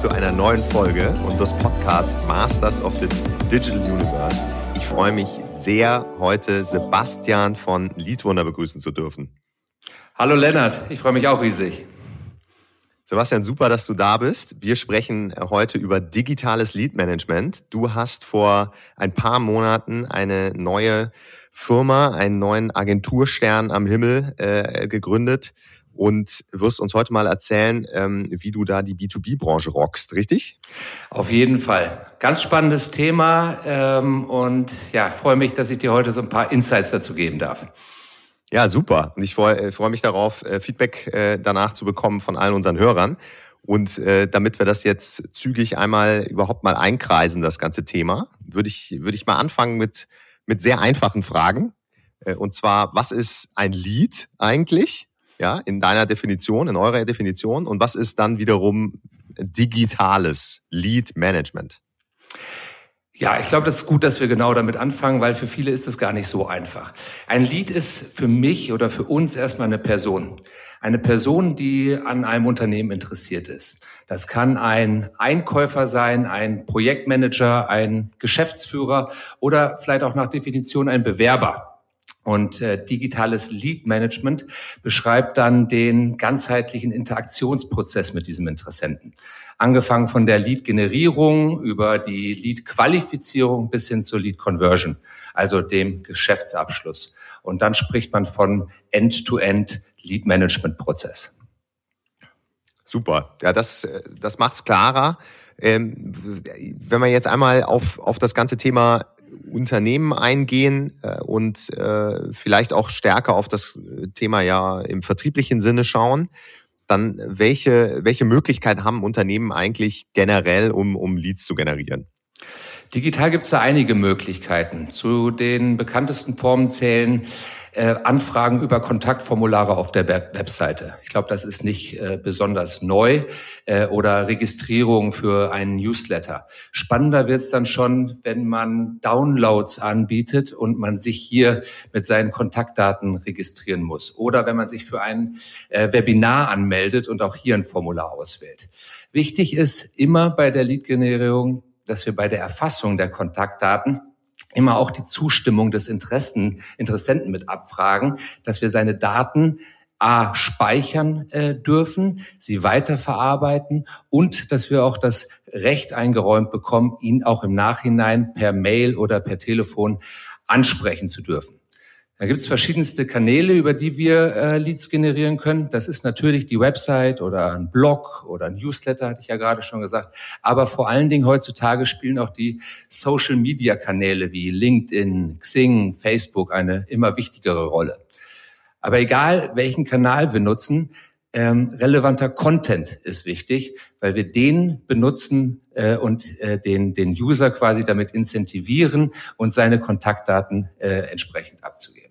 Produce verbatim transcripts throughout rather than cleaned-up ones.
zu einer neuen Folge unseres Podcasts Masters of the Digital Universe. Ich freue mich sehr, heute Sebastian von Leadwunder begrüßen zu dürfen. Hallo Lennart, ich freue mich auch riesig. Sebastian, super, dass du da bist. Wir sprechen heute über digitales Lead-Management. Du hast vor ein paar Monaten eine neue Firma, einen neuen Agenturstern am Himmel äh, gegründet und wirst uns heute mal erzählen, ähm, wie du da die B zwei B-Branche rockst, richtig? Auf jeden Fall. Ganz spannendes Thema ähm, und ja, ich freue mich, dass ich dir heute so ein paar Insights dazu geben darf. Ja, super. Und ich freue freu mich darauf, Feedback äh, danach zu bekommen von allen unseren Hörern. Und äh, damit wir das jetzt zügig einmal überhaupt mal einkreisen, das ganze Thema, würde ich, würde ich mal anfangen mit, mit sehr einfachen Fragen. Äh, und zwar, was ist ein Lead eigentlich? Ja, in deiner Definition, in eurer Definition. Und was ist dann wiederum digitales Lead-Management? Ja, ich glaube, das ist gut, dass wir genau damit anfangen, weil für viele ist das gar nicht so einfach. Ein Lead ist für mich oder für uns erstmal eine Person. Eine Person, die an einem Unternehmen interessiert ist. Das kann ein Einkäufer sein, ein Projektmanager, ein Geschäftsführer oder vielleicht auch nach Definition ein Bewerber. Und äh, digitales Lead-Management beschreibt dann den ganzheitlichen Interaktionsprozess mit diesem Interessenten. Angefangen von der Lead-Generierung über die Lead-Qualifizierung bis hin zur Lead-Conversion, also dem Geschäftsabschluss. Und dann spricht man von End-to-End Lead-Management-Prozess. Super, ja, das, das macht's klarer. Ähm, wenn wir jetzt einmal auf, auf das ganze Thema Unternehmen eingehen äh, und äh, vielleicht auch stärker auf das Thema ja im vertrieblichen Sinne schauen, dann welche, welche Möglichkeiten haben Unternehmen eigentlich generell, um, um Leads zu generieren? Digital gibt es da einige Möglichkeiten. Zu den bekanntesten Formen zählen äh, Anfragen über Kontaktformulare auf der Webseite. Ich glaube, das ist nicht äh, besonders neu. Äh, oder Registrierung für einen Newsletter. Spannender wird es dann schon, wenn man Downloads anbietet und man sich hier mit seinen Kontaktdaten registrieren muss. Oder wenn man sich für ein äh, Webinar anmeldet und auch hier ein Formular auswählt. Wichtig ist immer bei der Lead-Generierung, dass wir bei der Erfassung der Kontaktdaten immer auch die Zustimmung des Interessen, Interessenten mit abfragen, dass wir seine Daten A, speichern äh, dürfen, sie weiterverarbeiten und dass wir auch das Recht eingeräumt bekommen, ihn auch im Nachhinein per Mail oder per Telefon ansprechen zu dürfen. Da gibt es verschiedenste Kanäle, über die wir äh, Leads generieren können. Das ist natürlich die Website oder ein Blog oder ein Newsletter, hatte ich ja gerade schon gesagt. Aber vor allen Dingen heutzutage spielen auch die Social-Media-Kanäle wie LinkedIn, Xing, Facebook eine immer wichtigere Rolle. Aber egal, welchen Kanal wir nutzen, ähm, relevanter Content ist wichtig, weil wir den benutzen äh, und äh, den, den User quasi damit incentivieren und seine Kontaktdaten äh, entsprechend abzugeben.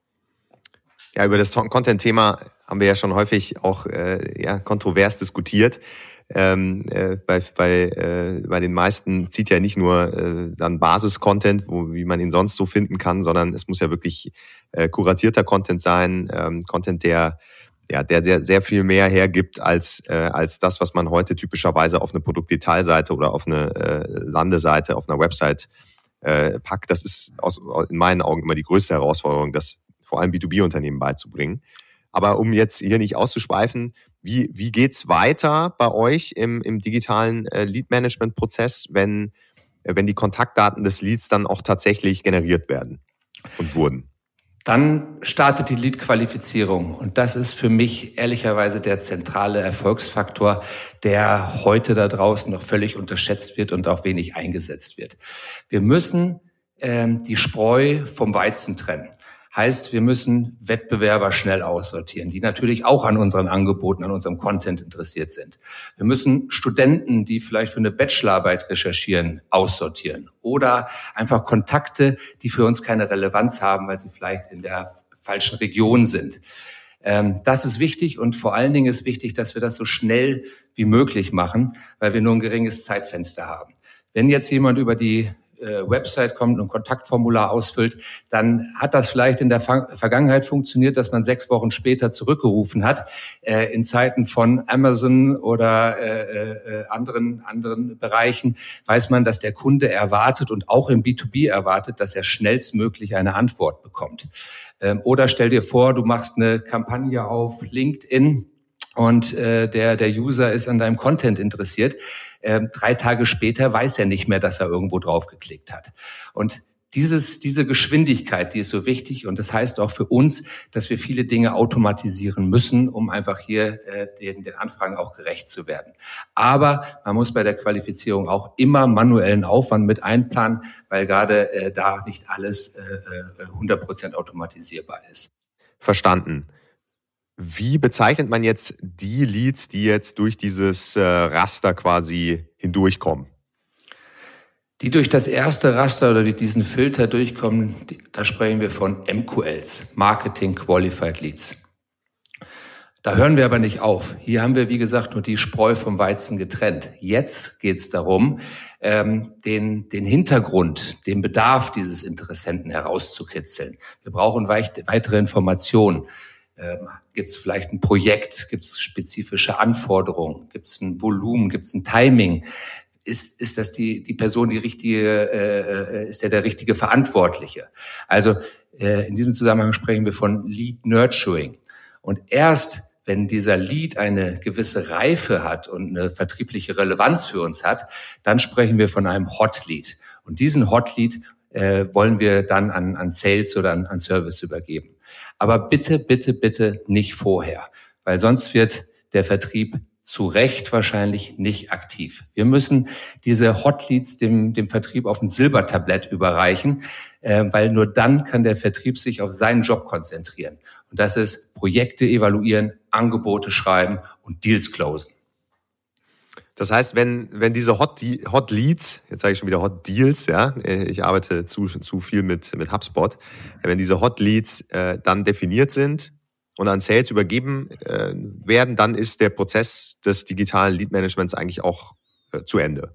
Ja, über das Content-Thema haben wir ja schon häufig auch äh, ja, kontrovers diskutiert. Ähm, äh, bei, bei, äh, bei den meisten zieht ja nicht nur äh, dann Basis-Content, wo, wie man ihn sonst so finden kann, sondern es muss ja wirklich äh, kuratierter Content sein, ähm, Content, der ja, der sehr, sehr viel mehr hergibt als äh, als das, was man heute typischerweise auf eine Produktdetailseite oder auf eine äh, Landeseite, auf einer Website äh, packt. Das ist aus, in meinen Augen immer die größte Herausforderung, das vor allem B zwei B-Unternehmen beizubringen. Aber um jetzt hier nicht auszuschweifen, wie wie geht's weiter bei euch im im digitalen äh, Lead-Management-Prozess, wenn äh, wenn die Kontaktdaten des Leads dann auch tatsächlich generiert werden und wurden? Dann startet die Lead-Qualifizierung und das ist für mich ehrlicherweise der zentrale Erfolgsfaktor, der heute da draußen noch völlig unterschätzt wird und auch wenig eingesetzt wird. Wir müssen ähm, die Spreu vom Weizen trennen. Heißt, wir müssen Wettbewerber schnell aussortieren, die natürlich auch an unseren Angeboten, an unserem Content interessiert sind. Wir müssen Studenten, die vielleicht für eine Bachelorarbeit recherchieren, aussortieren. Oder einfach Kontakte, die für uns keine Relevanz haben, weil sie vielleicht in der falschen Region sind. Ähm, das ist wichtig und vor allen Dingen ist wichtig, dass wir das so schnell wie möglich machen, weil wir nur ein geringes Zeitfenster haben. Wenn jetzt jemand über die äh, Website kommt und ein Kontaktformular ausfüllt, dann hat das vielleicht in der Ver- Vergangenheit funktioniert, dass man sechs Wochen später zurückgerufen hat. Äh, in Zeiten von Amazon oder äh, äh, anderen anderen Bereichen weiß man, dass der Kunde erwartet und auch im B zwei B erwartet, dass er schnellstmöglich eine Antwort bekommt. Ähm, oder stell dir vor, du machst eine Kampagne auf LinkedIn und äh, der der User ist an deinem Content interessiert. Ähm, drei Tage später weiß er nicht mehr, dass er irgendwo drauf geklickt hat. Und dieses diese Geschwindigkeit, die ist so wichtig, und das heißt auch für uns, dass wir viele Dinge automatisieren müssen, um einfach hier äh, den, den Anfragen auch gerecht zu werden. Aber man muss bei der Qualifizierung auch immer manuellen Aufwand mit einplanen, weil gerade äh, da nicht alles äh, hundert Prozent automatisierbar ist. Verstanden. Wie bezeichnet man jetzt die Leads, die jetzt durch dieses äh, Raster quasi hindurchkommen? Die durch das erste Raster oder durch diesen Filter durchkommen, die, da sprechen wir von M Q Ls, Marketing Qualified Leads. Da hören wir aber nicht auf. Hier haben wir, wie gesagt, nur die Spreu vom Weizen getrennt. Jetzt geht es darum, ähm, den, den Hintergrund, den Bedarf dieses Interessenten herauszukitzeln. Wir brauchen weit, weitere Informationen. Ähm, gibt es vielleicht ein Projekt? Gibt es spezifische Anforderungen? Gibt es ein Volumen? Gibt es ein Timing? Ist, ist das die, die Person, die richtige, äh, ist der der richtige Verantwortliche? Also äh, in diesem Zusammenhang sprechen wir von Lead Nurturing. Und erst wenn dieser Lead eine gewisse Reife hat und eine vertriebliche Relevanz für uns hat, dann sprechen wir von einem Hot Lead. Und diesen Hot Lead äh, wollen wir dann an, an Sales oder an, an Service übergeben. Aber bitte, bitte, bitte nicht vorher, weil sonst wird der Vertrieb zu Recht wahrscheinlich nicht aktiv. Wir müssen diese Hot Leads dem, dem Vertrieb auf ein Silbertablett überreichen, äh, weil nur dann kann der Vertrieb sich auf seinen Job konzentrieren. Und das ist Projekte evaluieren, Angebote schreiben und Deals closen. Das heißt, wenn, wenn diese Hot, Hot Leads, jetzt sage ich schon wieder Hot Deals, ja, ich arbeite zu, zu viel mit, mit HubSpot, wenn diese Hot Leads äh, dann definiert sind und an Sales übergeben äh, werden, dann ist der Prozess des digitalen Lead-Managements eigentlich auch äh, zu Ende.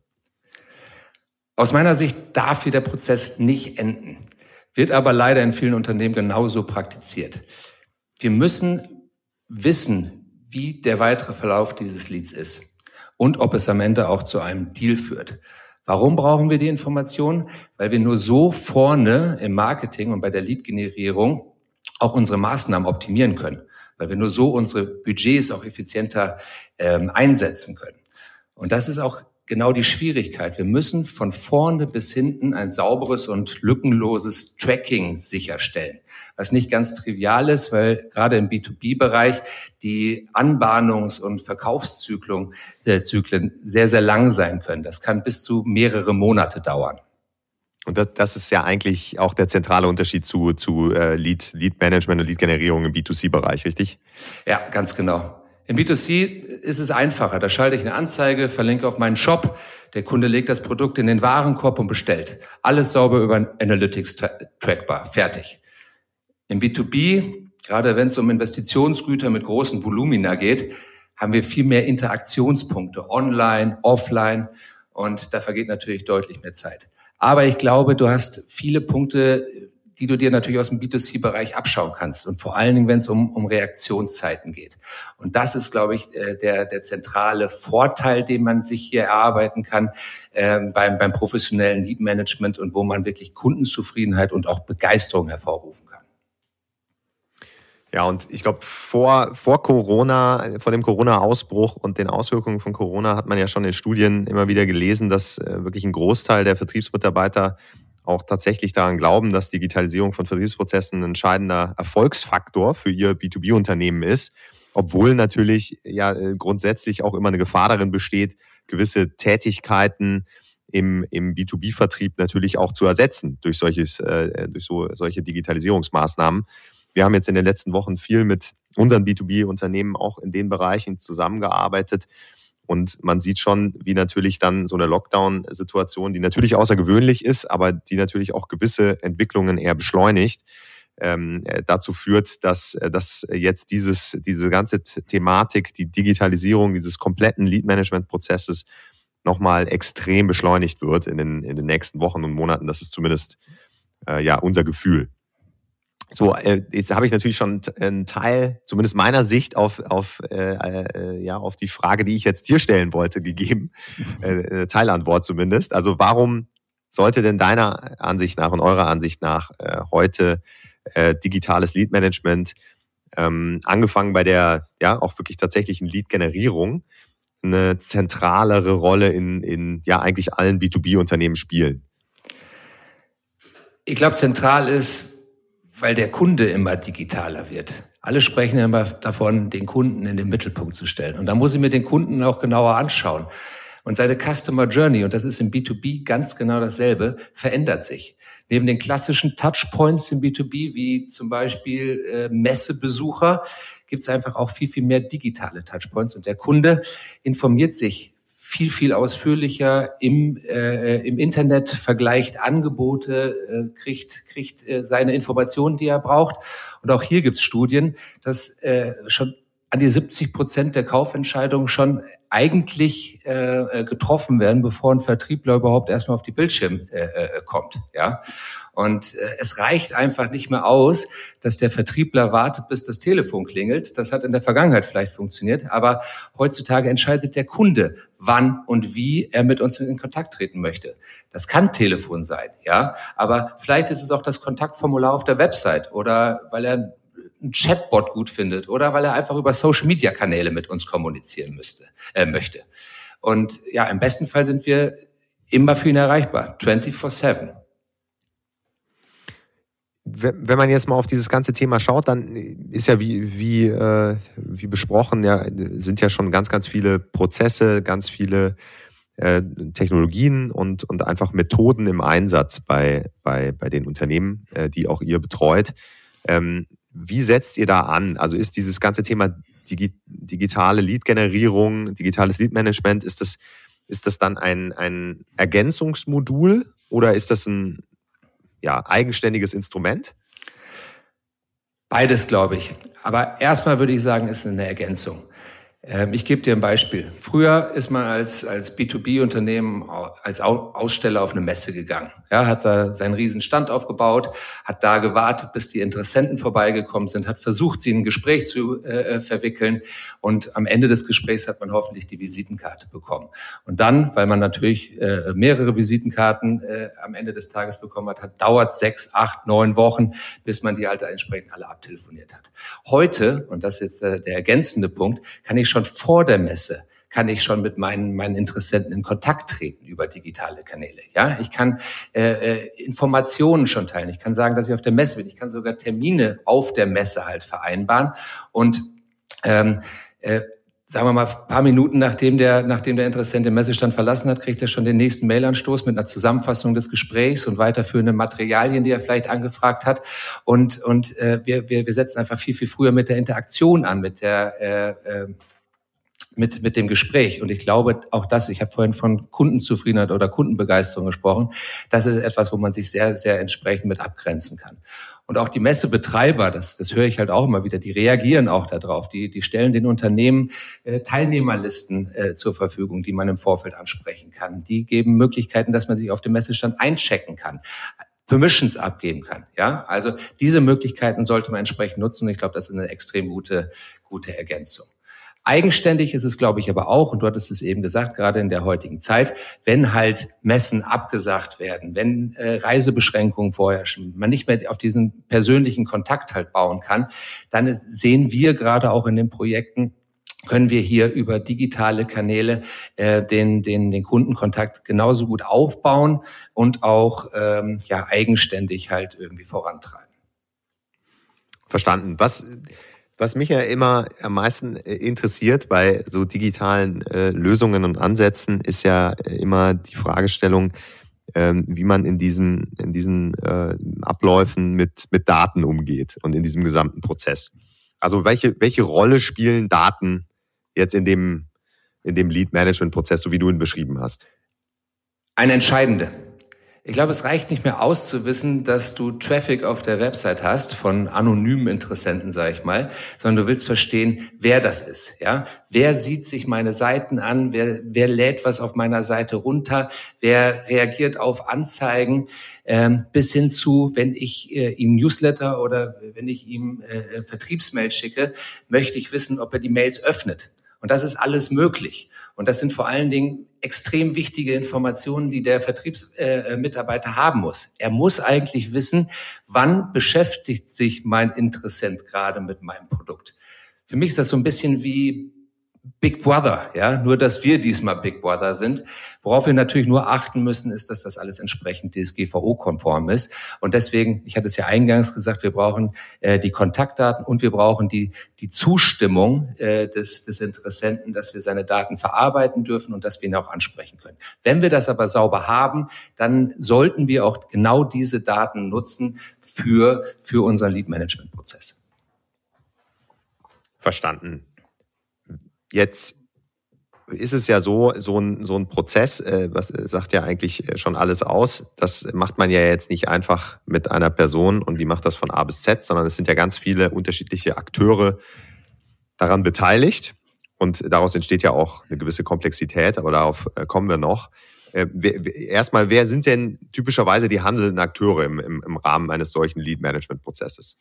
Aus meiner Sicht darf hier der Prozess nicht enden, wird aber leider in vielen Unternehmen genauso praktiziert. Wir müssen wissen, wie der weitere Verlauf dieses Leads ist und ob es am Ende auch zu einem Deal führt. Warum brauchen wir die Informationen? Weil wir nur so vorne im Marketing und bei der Lead-Generierung auch unsere Maßnahmen optimieren können, weil wir nur so unsere Budgets auch effizienter ähm, einsetzen können. Und das ist auch genau die Schwierigkeit. Wir müssen von vorne bis hinten ein sauberes und lückenloses Tracking sicherstellen, was nicht ganz trivial ist, weil gerade im B zwei B-Bereich die Anbahnungs- und Verkaufszyklen äh, Zyklen sehr, sehr lang sein können. Das kann bis zu mehrere Monate dauern. Und das, das ist ja eigentlich auch der zentrale Unterschied zu, zu äh, Lead, Lead Management und Lead-Generierung im B zwei C-Bereich, richtig? Ja, ganz genau. Im B zwei C ist es einfacher. Da schalte ich eine Anzeige, verlinke auf meinen Shop. Der Kunde legt das Produkt in den Warenkorb und bestellt. Alles sauber über Analytics trackbar. Fertig. Im B zwei B, gerade wenn es um Investitionsgüter mit großen Volumina geht, haben wir viel mehr Interaktionspunkte. Online, offline. Und da vergeht natürlich deutlich mehr Zeit. Aber ich glaube, du hast viele Punkte, die du dir natürlich aus dem B zwei C-Bereich abschauen kannst. Und vor allen Dingen, wenn es um, um Reaktionszeiten geht. Und das ist, glaube ich, der, der zentrale Vorteil, den man sich hier erarbeiten kann äh, beim, beim professionellen Lead-Management und wo man wirklich Kundenzufriedenheit und auch Begeisterung hervorrufen kann. Ja, und ich glaube, vor, vor Corona, vor dem Corona-Ausbruch und den Auswirkungen von Corona hat man ja schon in Studien immer wieder gelesen, dass äh, wirklich ein Großteil der Vertriebsmitarbeiter auch tatsächlich daran glauben, dass Digitalisierung von Vertriebsprozessen ein entscheidender Erfolgsfaktor für ihr B zwei B-Unternehmen ist, obwohl natürlich ja grundsätzlich auch immer eine Gefahr darin besteht, gewisse Tätigkeiten im, im B zwei B-Vertrieb natürlich auch zu ersetzen durch solches, äh, durch so, solche Digitalisierungsmaßnahmen. Wir haben jetzt in den letzten Wochen viel mit unseren B zwei B-Unternehmen auch in den Bereichen zusammengearbeitet. Und man sieht schon, wie natürlich dann so eine Lockdown-Situation, die natürlich außergewöhnlich ist, aber die natürlich auch gewisse Entwicklungen eher beschleunigt, ähm, dazu führt, dass, dass jetzt dieses, diese ganze Thematik, die Digitalisierung dieses kompletten Lead-Management-Prozesses nochmal extrem beschleunigt wird in den, in den nächsten Wochen und Monaten. Das ist zumindest äh, ja unser Gefühl. So, äh, jetzt habe ich natürlich schon einen Teil, zumindest meiner Sicht, auf, auf, äh, äh, ja, auf die Frage, die ich jetzt dir stellen wollte, gegeben. Äh, eine Teilantwort zumindest. Also warum sollte denn deiner Ansicht nach und eurer Ansicht nach äh, heute äh, digitales Lead-Management, ähm, angefangen bei der ja auch wirklich tatsächlichen Lead-Generierung, eine zentralere Rolle in, in ja eigentlich allen B zwei B-Unternehmen spielen? Ich glaube, zentral ist, weil der Kunde immer digitaler wird. Alle sprechen immer davon, den Kunden in den Mittelpunkt zu stellen. Und da muss ich mir den Kunden auch genauer anschauen. Und seine Customer Journey, und das ist im B zwei B ganz genau dasselbe, verändert sich. Neben den klassischen Touchpoints im B zwei B, wie zum Beispiel äh, Messebesucher, gibt es einfach auch viel, viel mehr digitale Touchpoints. Und der Kunde informiert sich viel, viel ausführlicher im, äh, im Internet, vergleicht Angebote, äh, kriegt, kriegt äh, seine Informationen, die er braucht. Und auch hier gibt es Studien, dass äh, schon an die siebzig Prozent der Kaufentscheidungen schon eigentlich äh, getroffen werden, bevor ein Vertriebler überhaupt erstmal auf die Bildschirme äh, kommt. Ja, und äh, es reicht einfach nicht mehr aus, dass der Vertriebler wartet, bis das Telefon klingelt. Das hat in der Vergangenheit vielleicht funktioniert, aber heutzutage entscheidet der Kunde, wann und wie er mit uns in Kontakt treten möchte. Das kann Telefon sein, ja, aber vielleicht ist es auch das Kontaktformular auf der Website oder weil er ein Chatbot gut findet oder weil er einfach über Social-Media-Kanäle mit uns kommunizieren müsste, äh, möchte. Und ja, im besten Fall sind wir immer für ihn erreichbar, vierundzwanzig sieben. Wenn man jetzt mal auf dieses ganze Thema schaut, dann ist ja wie, wie, äh, wie besprochen, ja, sind ja schon ganz, ganz viele Prozesse, ganz viele äh, Technologien und, und einfach Methoden im Einsatz bei, bei, bei den Unternehmen, äh, die auch ihr betreut. Ähm, Wie setzt ihr da an? Also ist dieses ganze Thema Digi- digitale Lead-Generierung, digitales Lead-Management, ist das, ist das dann ein, ein Ergänzungsmodul oder ist das ein ja, eigenständiges Instrument? Beides, glaube ich. Aber erstmal würde ich sagen, ist eine Ergänzung. Ich gebe dir ein Beispiel. Früher ist man als, als B zwei B-Unternehmen als Aussteller auf eine Messe gegangen. Ja, hat da seinen riesen Stand aufgebaut, hat da gewartet, bis die Interessenten vorbeigekommen sind, hat versucht, sie in ein Gespräch zu äh, verwickeln und am Ende des Gesprächs hat man hoffentlich die Visitenkarte bekommen. Und dann, weil man natürlich äh, mehrere Visitenkarten äh, am Ende des Tages bekommen hat, hat dauert sechs, acht, neun Wochen, bis man die halt entsprechend alle abtelefoniert hat. Heute, und das ist jetzt äh, der ergänzende Punkt, kann ich schon vor der Messe kann ich schon mit meinen meinen Interessenten in Kontakt treten über digitale Kanäle. Ja, ich kann äh, Informationen schon teilen. Ich kann sagen, dass ich auf der Messe bin. Ich kann sogar Termine auf der Messe halt vereinbaren und ähm, äh, sagen wir mal, ein paar Minuten nachdem der, nachdem der Interessent den Messestand verlassen hat, kriegt er schon den nächsten Mailanstoß mit einer Zusammenfassung des Gesprächs und weiterführenden Materialien, die er vielleicht angefragt hat. Und, und äh, wir, wir, wir setzen einfach viel, viel früher mit der Interaktion an, mit der äh, äh, mit mit dem Gespräch. Und ich glaube, auch das, ich habe vorhin von Kundenzufriedenheit oder Kundenbegeisterung gesprochen, das ist etwas, wo man sich sehr, sehr entsprechend mit abgrenzen kann. Und auch die Messebetreiber, das, das höre ich halt auch immer wieder, die reagieren auch darauf. Die, die stellen den Unternehmen äh, Teilnehmerlisten äh, zur Verfügung, die man im Vorfeld ansprechen kann. Die geben Möglichkeiten, dass man sich auf dem Messestand einchecken kann, Permissions abgeben kann. Ja, also diese Möglichkeiten sollte man entsprechend nutzen. Und ich glaube, das ist eine extrem gute, gute Ergänzung. Eigenständig ist es, glaube ich, aber auch, und du hattest es eben gesagt, gerade in der heutigen Zeit, wenn halt Messen abgesagt werden, wenn äh, Reisebeschränkungen vorherrschen, man nicht mehr auf diesen persönlichen Kontakt halt bauen kann, dann sehen wir gerade auch in den Projekten, können wir hier über digitale Kanäle äh, den, den, den Kundenkontakt genauso gut aufbauen und auch ähm, ja eigenständig halt irgendwie vorantreiben. Verstanden. Was... Was mich ja immer am meisten interessiert bei so digitalen äh, Lösungen und Ansätzen, ist ja immer die Fragestellung, ähm, wie man in diesen, in diesen äh, Abläufen mit, mit Daten umgeht und in diesem gesamten Prozess. Also welche, welche Rolle spielen Daten jetzt in dem, in dem Lead-Management-Prozess, so wie du ihn beschrieben hast? Eine entscheidende. Ich glaube, es reicht nicht mehr aus zu wissen, dass du Traffic auf der Website hast von anonymen Interessenten, sage ich mal, sondern du willst verstehen, wer das ist. Ja, wer sieht sich meine Seiten an? Wer, wer lädt was auf meiner Seite runter? Wer reagiert auf Anzeigen? Ähm, bis hin zu, wenn ich äh, ihm Newsletter oder wenn ich ihm äh, Vertriebsmails schicke, möchte ich wissen, ob er die Mails öffnet. Und das ist alles möglich. Und das sind vor allen Dingen extrem wichtige Informationen, die der Vertriebsmitarbeiter äh, haben muss. Er muss eigentlich wissen, wann beschäftigt sich mein Interessent gerade mit meinem Produkt. Für mich ist das so ein bisschen wie Big Brother, ja, nur dass wir diesmal Big Brother sind. Worauf wir natürlich nur achten müssen, ist, dass das alles entsprechend D S G V O-konform ist. Und deswegen, ich hatte es ja eingangs gesagt, wir brauchen äh, die Kontaktdaten und wir brauchen die die Zustimmung äh, des des Interessenten, dass wir seine Daten verarbeiten dürfen und dass wir ihn auch ansprechen können. Wenn wir das aber sauber haben, dann sollten wir auch genau diese Daten nutzen für für unseren Lead-Management-Prozess. Verstanden. Jetzt ist es ja so, so ein, so ein Prozess, äh, was sagt ja eigentlich schon alles aus. Das macht man ja jetzt nicht einfach mit einer Person und die macht das von A bis Z, sondern es sind ja ganz viele unterschiedliche Akteure daran beteiligt. Und daraus entsteht ja auch eine gewisse Komplexität, aber darauf äh, kommen wir noch. Äh, wer, erstmal, wer sind denn typischerweise die handelnden Akteure im, im, im Rahmen eines solchen Lead-Management-Prozesses?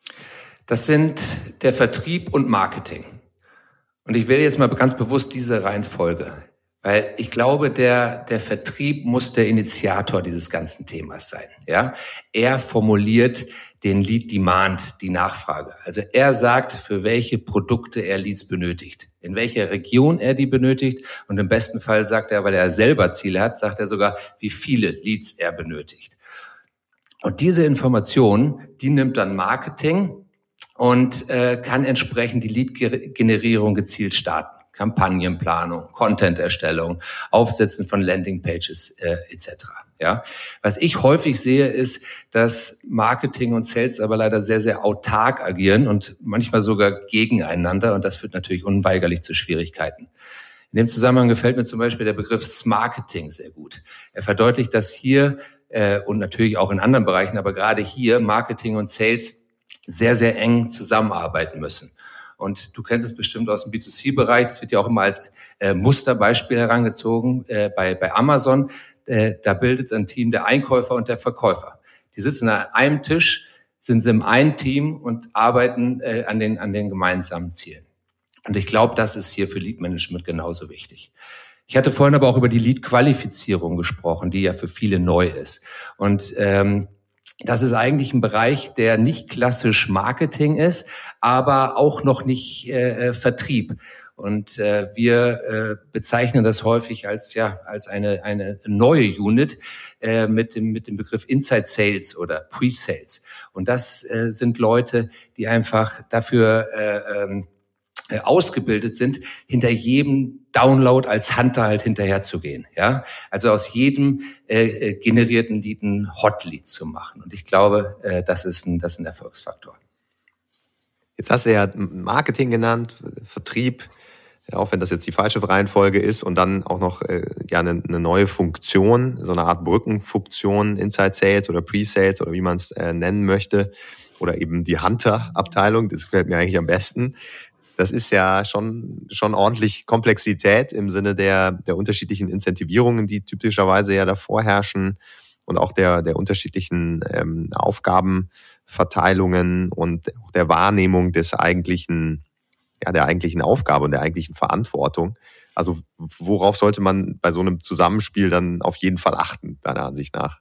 Das sind der Vertrieb und Marketing. Und ich wähle jetzt mal ganz bewusst diese Reihenfolge, weil ich glaube, der, der Vertrieb muss der Initiator dieses ganzen Themas sein. Ja, er formuliert den Lead Demand, die Nachfrage. Also er sagt, für welche Produkte er Leads benötigt, in welcher Region er die benötigt und im besten Fall sagt er, weil er selber Ziele hat, sagt er sogar, wie viele Leads er benötigt. Und diese Information, die nimmt dann Marketing und äh, kann entsprechend die Lead-Generierung gezielt starten. Kampagnenplanung, Content-Erstellung, Aufsetzen von Landingpages äh, et cetera. Ja, was ich häufig sehe, ist, dass Marketing und Sales aber leider sehr, sehr autark agieren und manchmal sogar gegeneinander. Und das führt natürlich unweigerlich zu Schwierigkeiten. In dem Zusammenhang gefällt mir zum Beispiel der Begriff Smarketing sehr gut. Er verdeutlicht, dass hier äh, und natürlich auch in anderen Bereichen, aber gerade hier Marketing und Sales sehr, sehr eng zusammenarbeiten müssen. Und du kennst es bestimmt aus dem B zwei C-Bereich, das wird ja auch immer als äh, Musterbeispiel herangezogen äh, bei, bei Amazon. Äh, da bildet ein Team der Einkäufer und der Verkäufer. Die sitzen an einem Tisch, sind im einen Team und arbeiten äh, an den, an den gemeinsamen Zielen. Und ich glaube, das ist hier für Lead-Management genauso wichtig. Ich hatte vorhin aber auch über die Lead-Qualifizierung gesprochen, die ja für viele neu ist. Und ähm, das ist eigentlich ein Bereich, der nicht klassisch Marketing ist, aber auch noch nicht äh, Vertrieb. Und äh, wir äh, bezeichnen das häufig als ja als eine eine neue Unit äh, mit dem mit dem Begriff Inside Sales oder Pre-Sales. Und das äh, sind Leute, die einfach dafür äh, ähm, ausgebildet sind, hinter jedem Download als Hunter halt hinterher zu gehen, ja, also aus jedem äh, generierten Lead ein Hot Lead zu machen. Und ich glaube, äh, das ist ein, das ist ein Erfolgsfaktor. Jetzt hast du ja Marketing genannt, Vertrieb, auch wenn das jetzt die falsche Reihenfolge ist, und dann auch noch äh, ja eine, eine neue Funktion, so eine Art Brückenfunktion, Inside Sales oder Pre-Sales oder wie man es äh, nennen möchte, oder eben die Hunter-Abteilung, das gefällt mir eigentlich am besten. Das ist ja schon schon ordentlich Komplexität im Sinne der der unterschiedlichen Incentivierungen, die typischerweise ja davor herrschen, und auch der der unterschiedlichen ähm, Aufgabenverteilungen und auch der Wahrnehmung des eigentlichen ja der eigentlichen Aufgabe und der eigentlichen Verantwortung. Also worauf sollte man bei so einem Zusammenspiel dann auf jeden Fall achten, deiner Ansicht nach?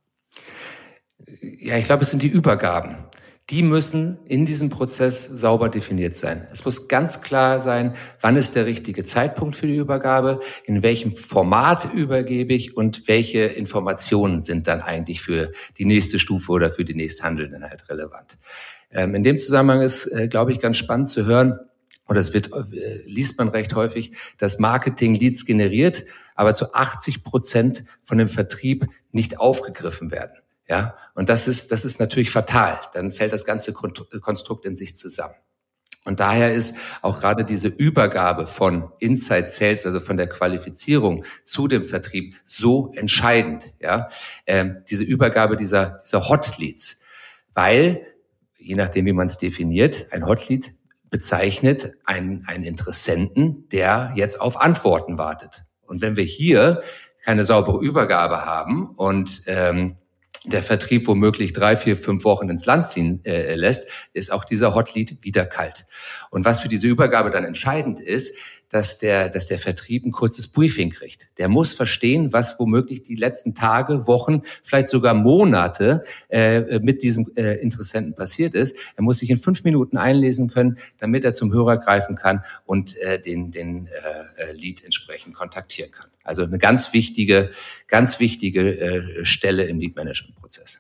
Ja, ich glaube, es sind die Übergaben. Die müssen in diesem Prozess sauber definiert sein. Es muss ganz klar sein, wann ist der richtige Zeitpunkt für die Übergabe, in welchem Format übergebe ich und welche Informationen sind dann eigentlich für die nächste Stufe oder für die nächsthandelnden halt relevant. Ähm, in dem Zusammenhang ist, äh, glaube ich, ganz spannend zu hören, und das wird, äh, liest man recht häufig, dass Marketing Leads generiert, aber zu achtzig Prozent von dem Vertrieb nicht aufgegriffen werden. Ja, und das ist, das ist natürlich fatal. Dann fällt das ganze Konstrukt in sich zusammen. Und daher ist auch gerade diese Übergabe von Inside Sales, also von der Qualifizierung zu dem Vertrieb, so entscheidend. Ja, ähm, diese Übergabe dieser, dieser Hot Leads, weil, je nachdem, wie man es definiert, ein Hot Lead bezeichnet einen, einen Interessenten, der jetzt auf Antworten wartet. Und wenn wir hier keine saubere Übergabe haben und ähm, der Vertrieb womöglich drei, vier, fünf Wochen ins Land ziehen äh, lässt, ist auch dieser Hot Lead wieder kalt. Und was für diese Übergabe dann entscheidend ist, dass der, dass der Vertrieb ein kurzes Briefing kriegt. Der muss verstehen, was womöglich die letzten Tage, Wochen, vielleicht sogar Monate äh, mit diesem äh, Interessenten passiert ist. Er muss sich in fünf Minuten einlesen können, damit er zum Hörer greifen kann und äh, den, den äh, Lead entsprechend kontaktieren kann. Also eine ganz wichtige, ganz wichtige äh, Stelle im Lead-Management-Prozess.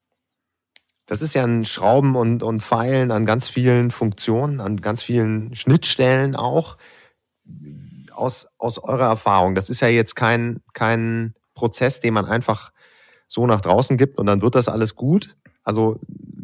Das ist ja ein Schrauben und, und Feilen an ganz vielen Funktionen, an ganz vielen Schnittstellen auch. Aus, aus eurer Erfahrung, das ist ja jetzt kein, kein Prozess, den man einfach so nach draußen gibt und dann wird das alles gut. Also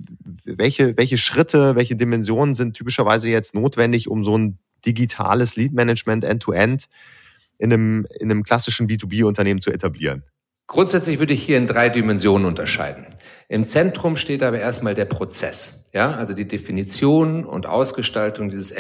welche, welche Schritte, welche Dimensionen sind typischerweise jetzt notwendig, um so ein digitales Lead-Management End-to-End in einem, in einem klassischen B zwei B-Unternehmen zu etablieren? Grundsätzlich würde ich hier in drei Dimensionen unterscheiden. Im Zentrum steht aber erstmal der Prozess, ja, also die Definition und Ausgestaltung dieses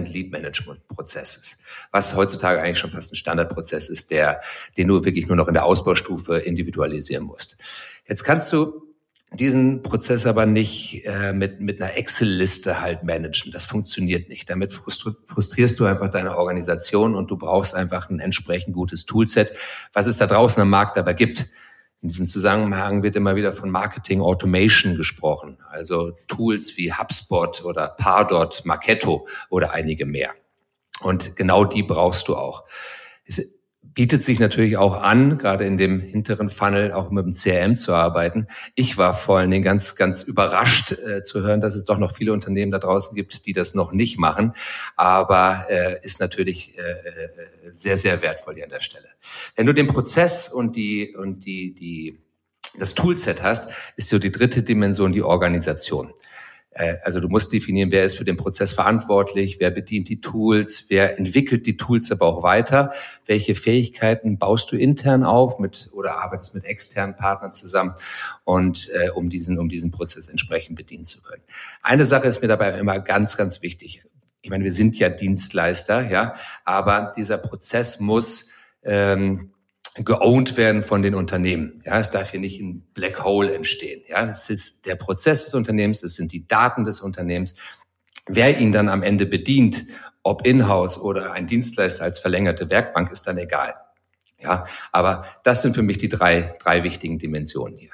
End-to-End-Lead-Management-Prozesses, was heutzutage eigentlich schon fast ein Standardprozess ist, der, den du wirklich nur noch in der Ausbaustufe individualisieren musst. Jetzt kannst du diesen Prozess aber nicht äh, mit mit einer Excel-Liste halt managen. Das funktioniert nicht. Damit frustrierst du einfach deine Organisation und du brauchst einfach ein entsprechend gutes Toolset, was es da draußen am Markt aber gibt. In diesem Zusammenhang wird immer wieder von Marketing Automation gesprochen, also Tools wie HubSpot oder Pardot, Marketo oder einige mehr. Und genau die brauchst du auch. Es bietet sich natürlich auch an, gerade in dem hinteren Funnel auch mit dem C R M zu arbeiten. Ich war vor allen Dingen ganz, ganz überrascht äh, zu hören, dass es doch noch viele Unternehmen da draußen gibt, die das noch nicht machen. Aber äh, ist natürlich äh, sehr, sehr wertvoll hier an der Stelle. Wenn du den Prozess und die und die die das Toolset hast, ist so die dritte Dimension die Organisation. Also du musst definieren, wer ist für den Prozess verantwortlich, wer bedient die Tools, wer entwickelt die Tools aber auch weiter, welche Fähigkeiten baust du intern auf mit oder arbeitest mit externen Partnern zusammen und äh, um diesen um diesen Prozess entsprechend bedienen zu können. Eine Sache ist mir dabei immer ganz ganz wichtig. Ich meine, wir sind ja Dienstleister, ja, aber dieser Prozess muss ähm, geowned werden von den Unternehmen. Ja, es darf hier nicht ein Black Hole entstehen. Ja, es ist der Prozess des Unternehmens, es sind die Daten des Unternehmens. Wer ihn dann am Ende bedient, ob in-house oder ein Dienstleister als verlängerte Werkbank, ist dann egal. Ja, aber das sind für mich die drei, drei wichtigen Dimensionen hier.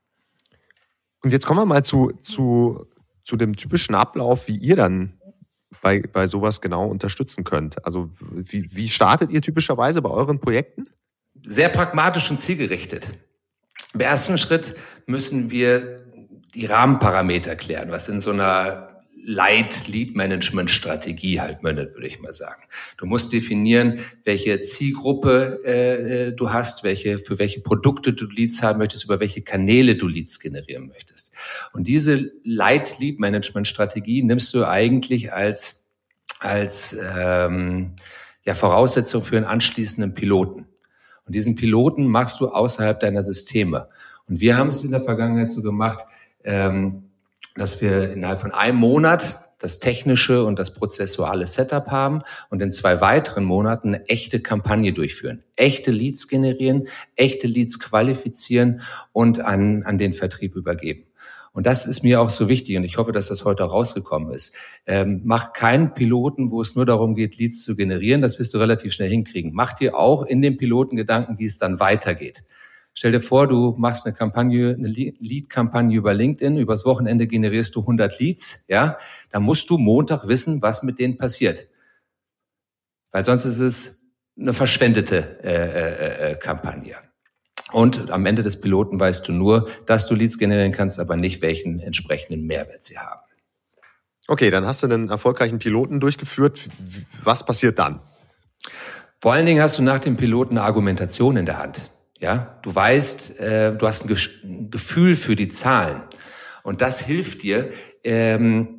Und jetzt kommen wir mal zu, zu, zu dem typischen Ablauf, wie ihr dann bei, bei sowas genau unterstützen könnt. Also wie, wie startet ihr typischerweise bei euren Projekten? Sehr pragmatisch und zielgerichtet. Im ersten Schritt müssen wir die Rahmenparameter klären, was in so einer Light-Lead-Management-Strategie halt mündet, würde ich mal sagen. Du musst definieren, welche Zielgruppe äh, du hast, welche für welche Produkte du Leads haben möchtest, über welche Kanäle du Leads generieren möchtest. Und diese Light-Lead-Management-Strategie nimmst du eigentlich als als ähm, ja, Voraussetzung für einen anschließenden Piloten. Und diesen Piloten machst du außerhalb deiner Systeme. Und wir haben es in der Vergangenheit so gemacht, ähm, dass wir innerhalb von einem Monat das technische und das prozessuale Setup haben und in zwei weiteren Monaten eine echte Kampagne durchführen. Echte Leads generieren, echte Leads qualifizieren und an, an den Vertrieb übergeben. Und das ist mir auch so wichtig und ich hoffe, dass das heute auch rausgekommen ist. Ähm, mach keinen Piloten, wo es nur darum geht, Leads zu generieren. Das wirst du relativ schnell hinkriegen. Mach dir auch in dem Piloten Gedanken, wie es dann weitergeht. Stell dir vor, du machst eine Kampagne, eine Lead-Kampagne über LinkedIn. Übers Wochenende generierst du hundert Leads. Ja, dann musst du Montag wissen, was mit denen passiert. Weil sonst ist es eine verschwendete äh, äh, äh, Kampagne. Und am Ende des Piloten weißt du nur, dass du Leads generieren kannst, aber nicht, welchen entsprechenden Mehrwert sie haben. Okay, dann hast du einen erfolgreichen Piloten durchgeführt. Was passiert dann? Vor allen Dingen hast du nach dem Piloten eine Argumentation in der Hand. Ja, du weißt, äh, du hast ein Gefühl für die Zahlen. Und das hilft dir, ähm,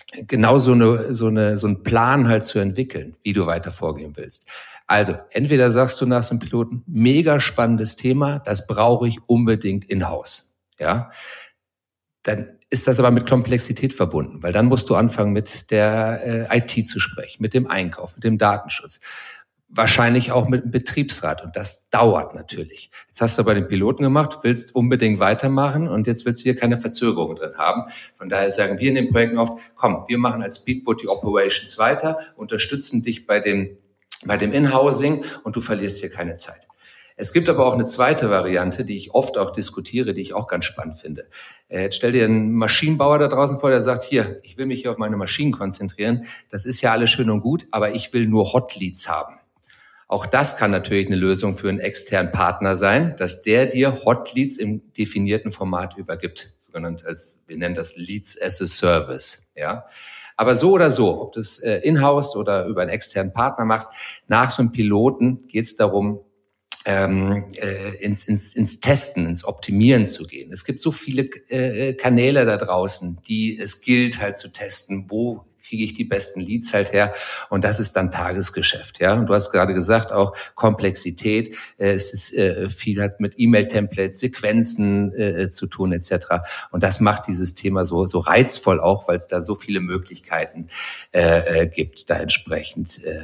genau so eine, so eine, so einen Plan halt zu entwickeln, wie du weiter vorgehen willst. Also, entweder sagst du nach so einem Piloten, mega spannendes Thema, das brauche ich unbedingt in-house, ja. Dann ist das aber mit Komplexität verbunden, weil dann musst du anfangen, mit der äh, I T zu sprechen, mit dem Einkauf, mit dem Datenschutz. Wahrscheinlich auch mit dem Betriebsrat. Und das dauert natürlich. Jetzt hast du bei den Piloten gemacht, willst unbedingt weitermachen und jetzt willst du hier keine Verzögerung drin haben. Von daher sagen wir in den Projekten oft, komm, wir machen als Speedboat die Operations weiter, unterstützen dich bei dem, bei dem In-Housing und du verlierst hier keine Zeit. Es gibt aber auch eine zweite Variante, die ich oft auch diskutiere, die ich auch ganz spannend finde. Jetzt stell dir einen Maschinenbauer da draußen vor, der sagt, hier, ich will mich hier auf meine Maschinen konzentrieren. Das ist ja alles schön und gut, aber ich will nur Hot Leads haben. Auch das kann natürlich eine Lösung für einen externen Partner sein, dass der dir Hot Leads im definierten Format übergibt, sogenannt als, wir nennen das Leads as a Service, ja. Aber so oder so, ob du es äh, in-house oder über einen externen Partner machst, nach so einem Piloten geht es darum, ähm, äh, ins, ins, ins Testen, ins Optimieren zu gehen. Es gibt so viele äh, Kanäle da draußen, die es gilt halt zu testen, wo kriege ich die besten Leads halt her, und das ist dann Tagesgeschäft, ja. Und du hast gerade gesagt, auch Komplexität, äh, es ist äh, viel hat mit E-Mail-Templates, Sequenzen äh, zu tun et cetera. Und das macht dieses Thema so so reizvoll auch, weil es da so viele Möglichkeiten äh, äh, gibt, da entsprechend äh,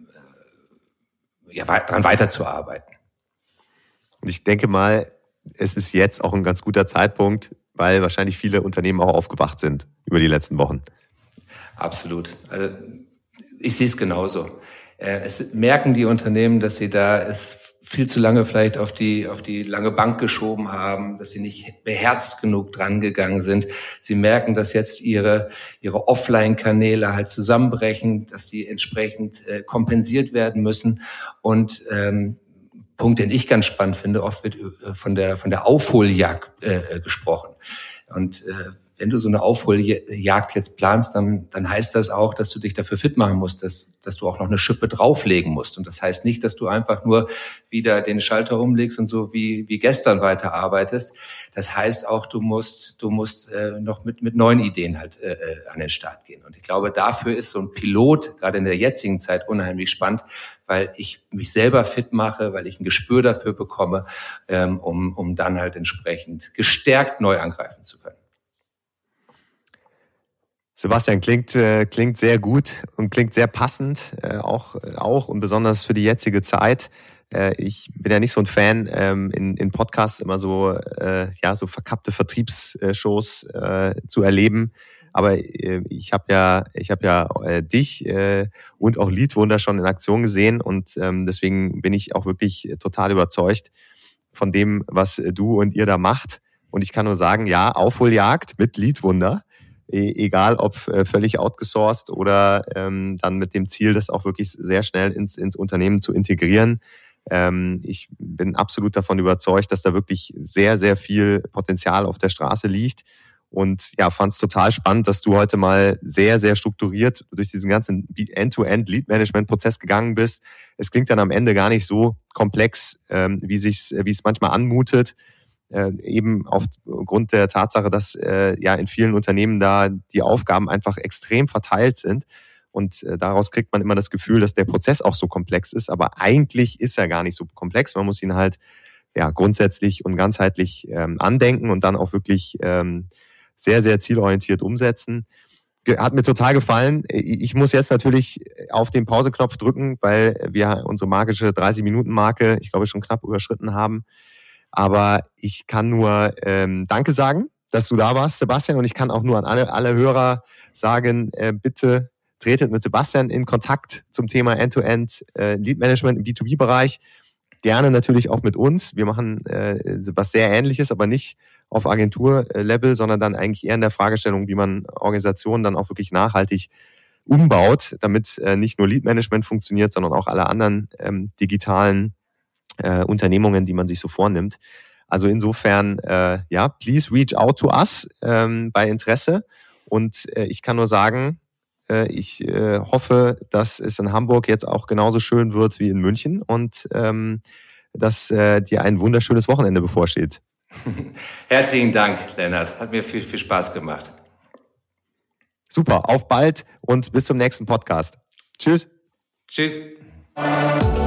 ja, daran weiterzuarbeiten. Und ich denke mal, es ist jetzt auch ein ganz guter Zeitpunkt, weil wahrscheinlich viele Unternehmen auch aufgewacht sind über die letzten Wochen. Absolut. Also ich sehe es genauso. Es merken die Unternehmen, dass sie da es viel zu lange vielleicht auf die auf die lange Bank geschoben haben, dass sie nicht beherzt genug dran gegangen sind. Sie merken, dass jetzt ihre ihre Offline-Kanäle halt zusammenbrechen, dass sie entsprechend äh, kompensiert werden müssen. Und ähm, Punkt, den ich ganz spannend finde, oft wird äh, von der von der Aufholjagd äh, gesprochen. Und äh, wenn du so eine Aufholjagd jetzt planst, dann, dann heißt das auch, dass du dich dafür fit machen musst, dass, dass du auch noch eine Schippe drauflegen musst. Und das heißt nicht, dass du einfach nur wieder den Schalter umlegst und so wie, wie gestern weiterarbeitest. Das heißt auch, du musst, du musst äh, noch mit, mit neuen Ideen halt äh, an den Start gehen. Und ich glaube, dafür ist so ein Pilot gerade in der jetzigen Zeit unheimlich spannend, weil ich mich selber fit mache, weil ich ein Gespür dafür bekomme, ähm, um, um dann halt entsprechend gestärkt neu angreifen zu können. Sebastian, klingt äh, klingt sehr gut und klingt sehr passend, äh, auch auch und besonders für die jetzige Zeit. Äh, ich bin ja nicht so ein Fan, ähm, in in Podcasts immer so äh, ja so verkappte Vertriebsshows äh, zu erleben. Aber äh, ich habe ja ich habe ja äh, dich äh, und auch Leadwunder schon in Aktion gesehen, und ähm, deswegen bin ich auch wirklich total überzeugt von dem, was du und ihr da macht. Und ich kann nur sagen, ja, Aufholjagd mit Leadwunder. Egal ob äh, völlig outgesourced oder ähm, dann mit dem Ziel, das auch wirklich sehr schnell ins, ins Unternehmen zu integrieren. Ähm, ich bin absolut davon überzeugt, dass da wirklich sehr, sehr viel Potenzial auf der Straße liegt. Und ja, fand es total spannend, dass du heute mal sehr, sehr strukturiert durch diesen ganzen End-to-End-Lead-Management-Prozess gegangen bist. Es klingt dann am Ende gar nicht so komplex, ähm, wie sich's, wie es manchmal anmutet. Äh, eben aufgrund der Tatsache, dass äh, ja in vielen Unternehmen da die Aufgaben einfach extrem verteilt sind, und äh, daraus kriegt man immer das Gefühl, dass der Prozess auch so komplex ist, aber eigentlich ist er gar nicht so komplex. Man muss ihn halt ja grundsätzlich und ganzheitlich ähm, andenken und dann auch wirklich ähm, sehr, sehr zielorientiert umsetzen. Hat mir total gefallen. Ich muss jetzt natürlich auf den Pauseknopf drücken, weil wir unsere magische dreißig-Minuten-Marke, ich glaube, schon knapp überschritten haben. Aber ich kann nur ähm, Danke sagen, dass du da warst, Sebastian. Und ich kann auch nur an alle, alle Hörer sagen, äh, bitte tretet mit Sebastian in Kontakt zum Thema End-to-End äh, Lead Management im B zwei B-Bereich. Gerne natürlich auch mit uns. Wir machen äh, was sehr Ähnliches, aber nicht auf Agenturlevel, sondern dann eigentlich eher in der Fragestellung, wie man Organisationen dann auch wirklich nachhaltig umbaut, damit äh, nicht nur Lead Management funktioniert, sondern auch alle anderen ähm, digitalen Äh, Unternehmungen, die man sich so vornimmt. Also insofern, äh, ja, please reach out to us ähm, bei Interesse. Und äh, ich kann nur sagen, äh, ich äh, hoffe, dass es in Hamburg jetzt auch genauso schön wird wie in München und ähm, dass äh, dir ein wunderschönes Wochenende bevorsteht. Herzlichen Dank, Lennart. Hat mir viel, viel Spaß gemacht. Super, auf bald und bis zum nächsten Podcast. Tschüss. Tschüss.